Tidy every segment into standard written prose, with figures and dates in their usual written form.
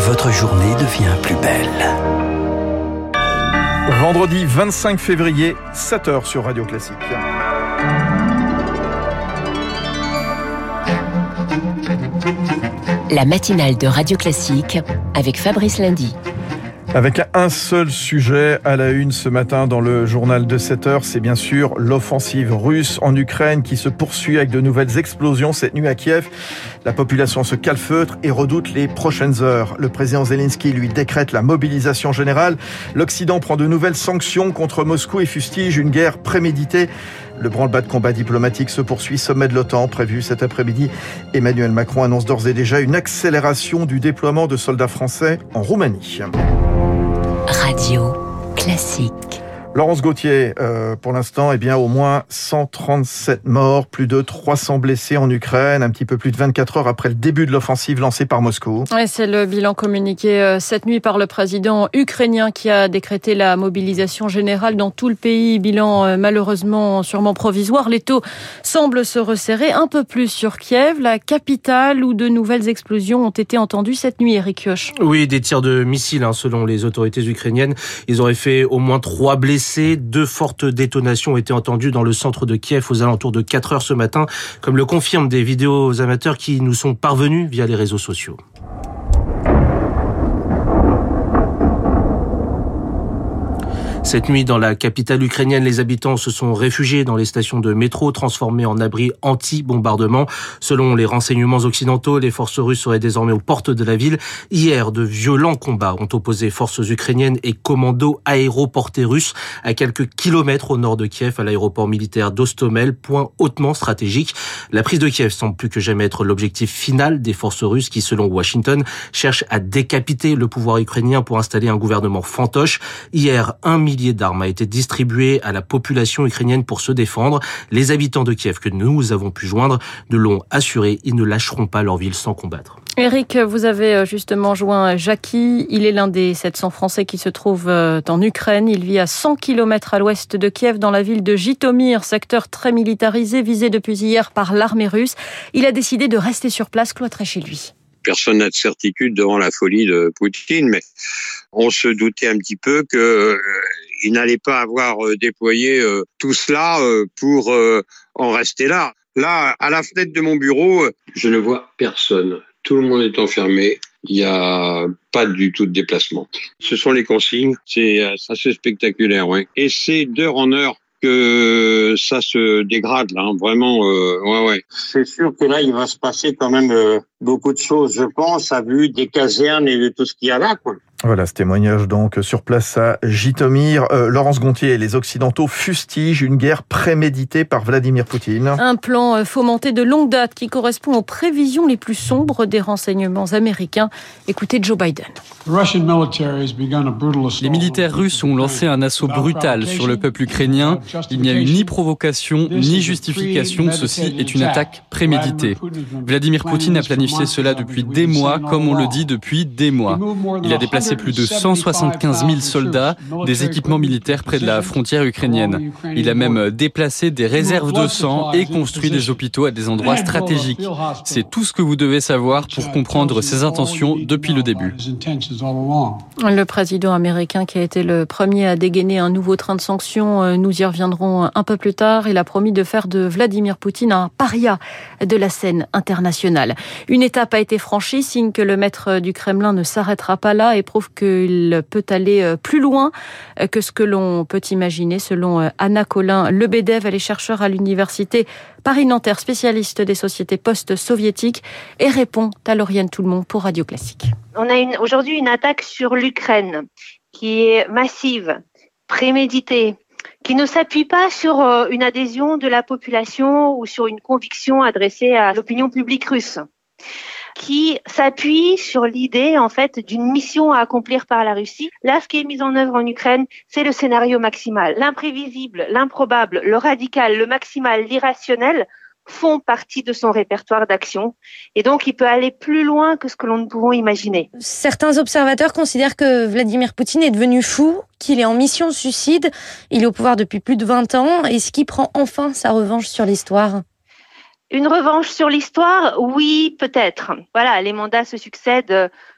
votre journée devient plus belle. Vendredi 25 février, 7h sur Radio Classique. La matinale de Radio Classique avec Fabrice Lundy. Avec un seul sujet à la une ce matin dans le journal de 7h, c'est bien sûr l'offensive russe en Ukraine qui se poursuit avec de nouvelles explosions cette nuit à Kiev. La population se calfeutre et redoute les prochaines heures. Le président Zelensky lui décrète la mobilisation générale. L'Occident prend de nouvelles sanctions contre Moscou et fustige une guerre préméditée. Le branle-bas de combat diplomatique se poursuit. Sommet de l'OTAN prévu cet après-midi. Emmanuel Macron annonce d'ores et déjà une accélération du déploiement de soldats français en Roumanie. Radio Classique. Laurence Gauthier, pour l'instant, au moins 137 morts, plus de 300 blessés en Ukraine, un petit peu plus de 24 heures après le début de l'offensive lancée par Moscou. Ouais, c'est le bilan communiqué cette nuit par le président ukrainien qui a décrété la mobilisation générale dans tout le pays. Bilan malheureusement sûrement provisoire. Les taux semblent se resserrer un peu plus sur Kiev, la capitale, où de nouvelles explosions ont été entendues cette nuit, Eric Kioch. Oui, des tirs de missiles, selon les autorités ukrainiennes. Ils auraient fait au moins 3 blessés. 2 fortes détonations ont été entendues dans le centre de Kiev aux alentours de 4 heures ce matin, comme le confirment des vidéos amateurs qui nous sont parvenus via les réseaux sociaux. Cette nuit, dans la capitale ukrainienne, les habitants se sont réfugiés dans les stations de métro, transformées en abris anti-bombardement. Selon les renseignements occidentaux, les forces russes seraient désormais aux portes de la ville. Hier, de violents combats ont opposé forces ukrainiennes et commandos aéroportés russes à quelques kilomètres au nord de Kiev, à l'aéroport militaire d'Ostomel, point hautement stratégique. La prise de Kiev semble plus que jamais être l'objectif final des forces russes qui, selon Washington, cherchent à décapiter le pouvoir ukrainien pour installer un gouvernement fantoche. Hier, 1 millier d'armes a été distribué à la population ukrainienne pour se défendre. Les habitants de Kiev que nous avons pu joindre nous l'ont assuré, ils ne lâcheront pas leur ville sans combattre. Eric, vous avez justement joint Jackie. Il est l'un des 700 Français qui se trouvent en Ukraine. Il vit à 100 km à l'ouest de Kiev, dans la ville de Jitomir, secteur très militarisé, visé depuis hier par l'armée russe. Il a décidé de rester sur place, cloîtré chez lui. Personne n'a de certitude devant la folie de Poutine, mais on se doutait un petit peu qu'il n'allait pas avoir déployé tout cela pour en rester là. Là, à la fenêtre de mon bureau, je ne vois personne. Tout le monde est enfermé. Il n'y a pas du tout de déplacement. Ce sont les consignes. C'est assez spectaculaire, ouais. Et c'est d'heure en heure que ça se dégrade, là, vraiment, ouais. C'est sûr que là, il va se passer quand même beaucoup de choses, je pense, à vue des casernes et de tout ce qu'il y a là, quoi. Voilà, ce témoignage donc sur place à Jitomir. Laurence Gauthier et les Occidentaux fustigent une guerre préméditée par Vladimir Poutine. Un plan fomenté de longue date qui correspond aux prévisions les plus sombres des renseignements américains. Écoutez Joe Biden. Les militaires russes ont lancé un assaut brutal sur le peuple ukrainien. Il n'y a eu ni provocation, ni justification. Ceci est une attaque préméditée. Vladimir Poutine a planifié cela depuis des mois, comme on le dit depuis des mois. Il a déplacé plus de 175 000 soldats, des équipements militaires près de la frontière ukrainienne. Il a même déplacé des réserves de sang et construit des hôpitaux à des endroits stratégiques. C'est tout ce que vous devez savoir pour comprendre ses intentions depuis le début. Le président américain qui a été le premier à dégainer un nouveau train de sanctions, nous y reviendrons un peu plus tard. Il a promis de faire de Vladimir Poutine un paria de la scène internationale. Une étape a été franchie, signe que le maître du Kremlin ne s'arrêtera pas là et prouve qu'il peut aller plus loin que ce que l'on peut imaginer, selon Anna Colin-Lebedev. Elle est chercheure à l'université Paris-Nanterre, spécialiste des sociétés post-soviétiques, et répond à Lauriane Tout-le-Monde pour Radio Classique. On a aujourd'hui une attaque sur l'Ukraine qui est massive, préméditée, qui ne s'appuie pas sur une adhésion de la population ou sur une conviction adressée à l'opinion publique russe, qui s'appuie sur l'idée, en fait, d'une mission à accomplir par la Russie. Là, ce qui est mis en œuvre en Ukraine, c'est le scénario maximal. L'imprévisible, l'improbable, le radical, le maximal, l'irrationnel font partie de son répertoire d'action. Et donc, il peut aller plus loin que ce que l'on ne pouvons imaginer. Certains observateurs considèrent que Vladimir Poutine est devenu fou, qu'il est en mission suicide. Il est au pouvoir depuis plus de 20 ans. Est-ce qu'il prend enfin sa revanche sur l'histoire ? Une revanche sur l'histoire, oui, peut-être. Voilà, les mandats se succèdent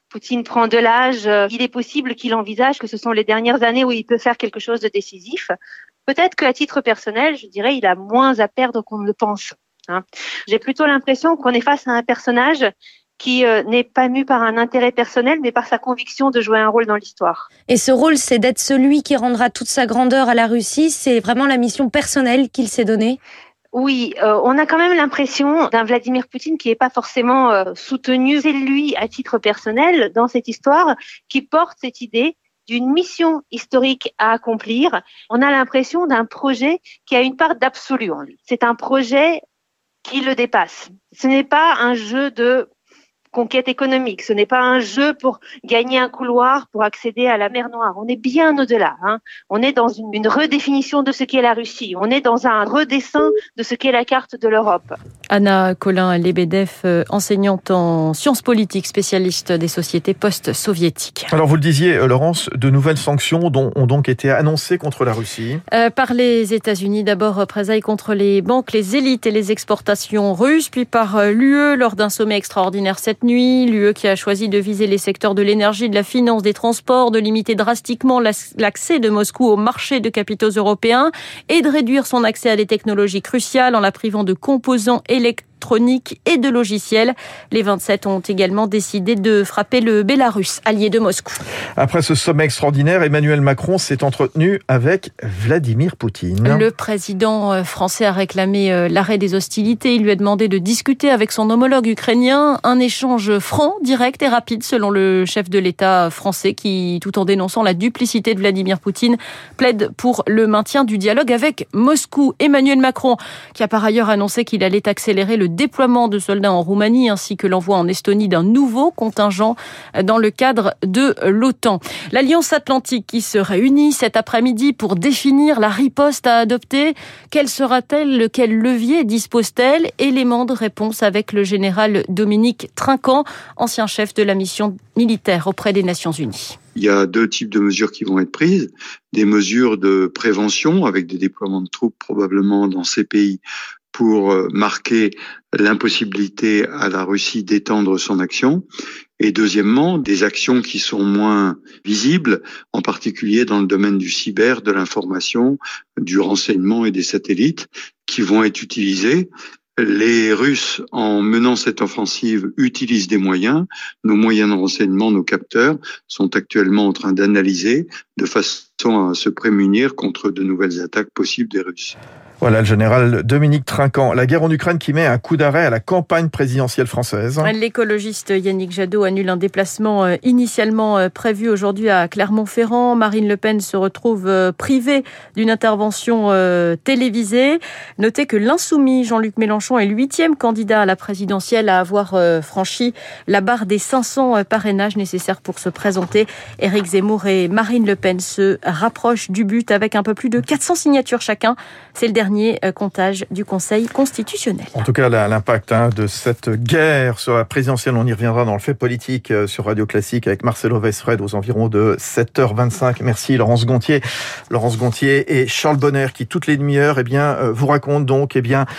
Poutine prend de l'âge, il est possible qu'il envisage que ce sont les dernières années où il peut faire quelque chose de décisif. Peut-être qu'à titre personnel, je dirais, il a moins à perdre qu'on ne le pense. J'ai plutôt l'impression qu'on est face à un personnage qui n'est pas mu par un intérêt personnel, mais par sa conviction de jouer un rôle dans l'histoire. Et ce rôle, c'est d'être celui qui rendra toute sa grandeur à la Russie. C'est vraiment la mission personnelle qu'il s'est donnée. Oui, on a quand même l'impression d'un Vladimir Poutine qui n'est pas forcément soutenu. C'est lui, à titre personnel, dans cette histoire, qui porte cette idée d'une mission historique à accomplir. On a l'impression d'un projet qui a une part d'absolu en lui. C'est un projet qui le dépasse. Ce n'est pas un jeu de conquête économique, ce n'est pas un jeu pour gagner un couloir, pour accéder à la mer Noire. On est bien au-delà. On est dans une redéfinition de ce qu'est la Russie. On est dans un redessin de ce qu'est la carte de l'Europe. Anna Colin-Lebedev, enseignante en sciences politiques, spécialiste des sociétés post-soviétiques. Alors vous le disiez, Laurence, de nouvelles sanctions ont donc été annoncées contre la Russie. Par les États-Unis, d'abord représailles contre les banques, les élites et les exportations russes, puis par l'UE lors d'un sommet extraordinaire cette nuit. L'UE qui a choisi de viser les secteurs de l'énergie, de la finance, des transports, de limiter drastiquement l'accès de Moscou au marché de capitaux européens et de réduire son accès à des technologies cruciales en la privant de composants électroniques et de logiciels. Les 27 ont également décidé de frapper le Bélarus, allié de Moscou. Après ce sommet extraordinaire, Emmanuel Macron s'est entretenu avec Vladimir Poutine. Le président français a réclamé l'arrêt des hostilités. Il lui a demandé de discuter avec son homologue ukrainien. Un échange franc, direct et rapide selon le chef de l'État français qui, tout en dénonçant la duplicité de Vladimir Poutine, plaide pour le maintien du dialogue avec Moscou. Emmanuel Macron, qui a par ailleurs annoncé qu'il allait accélérer le déploiement de soldats en Roumanie ainsi que l'envoi en Estonie d'un nouveau contingent dans le cadre de l'OTAN. L'Alliance Atlantique qui se réunit cet après-midi pour définir la riposte à adopter. Quelle sera-t-elle? Quel levier dispose-t-elle? Élément de réponse avec le général Dominique Trinquant, ancien chef de la mission militaire auprès des Nations Unies. Il y a deux types de mesures qui vont être prises. Des mesures de prévention avec des déploiements de troupes probablement dans ces pays pour marquer l'impossibilité à la Russie d'étendre son action. Et deuxièmement, des actions qui sont moins visibles, en particulier dans le domaine du cyber, de l'information, du renseignement et des satellites, qui vont être utilisées. Les Russes, en menant cette offensive, utilisent des moyens. Nos moyens de renseignement, nos capteurs, sont actuellement en train d'analyser de façon à se prémunir contre de nouvelles attaques possibles des Russes. Voilà le général Dominique Trinquant. La guerre en Ukraine qui met un coup d'arrêt à la campagne présidentielle française. L'écologiste Yannick Jadot annule un déplacement initialement prévu aujourd'hui à Clermont-Ferrand. Marine Le Pen se retrouve privée d'une intervention télévisée. Notez que l'insoumis Jean-Luc Mélenchon est le 8e candidat à la présidentielle à avoir franchi la barre des 500 parrainages nécessaires pour se présenter. Éric Zemmour et Marine Le Pen se rapprochent du but avec un peu plus de 400 signatures chacun. C'est le dernier comptage du Conseil constitutionnel. En tout cas, l'impact de cette guerre sur la présidentielle, on y reviendra dans le fait politique sur Radio Classique avec Marcelo Westfred aux environs de 7h25. Merci Laurence Gontier. Laurence Gontier et Charles Bonner qui, toutes les demi-heures, vous racontent donc,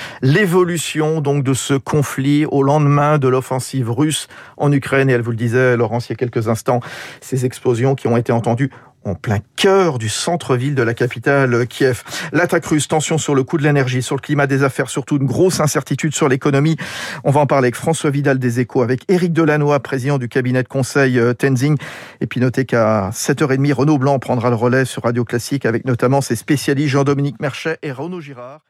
l'évolution donc de ce conflit au lendemain de l'offensive russe en Ukraine. Et elle vous le disait, Laurence, il y a quelques instants, ces explosions qui ont été entendues en plein cœur du centre-ville de la capitale, Kiev. L'attaque russe, tension sur le coût de l'énergie, sur le climat des affaires, surtout une grosse incertitude sur l'économie. On va en parler avec François Vidal des Échos, avec Éric Delannoy, président du cabinet de conseil Tenzing. Et puis notez qu'à 7h30, Renaud Blanc prendra le relais sur Radio Classique avec notamment ses spécialistes Jean-Dominique Merchet et Renaud Girard.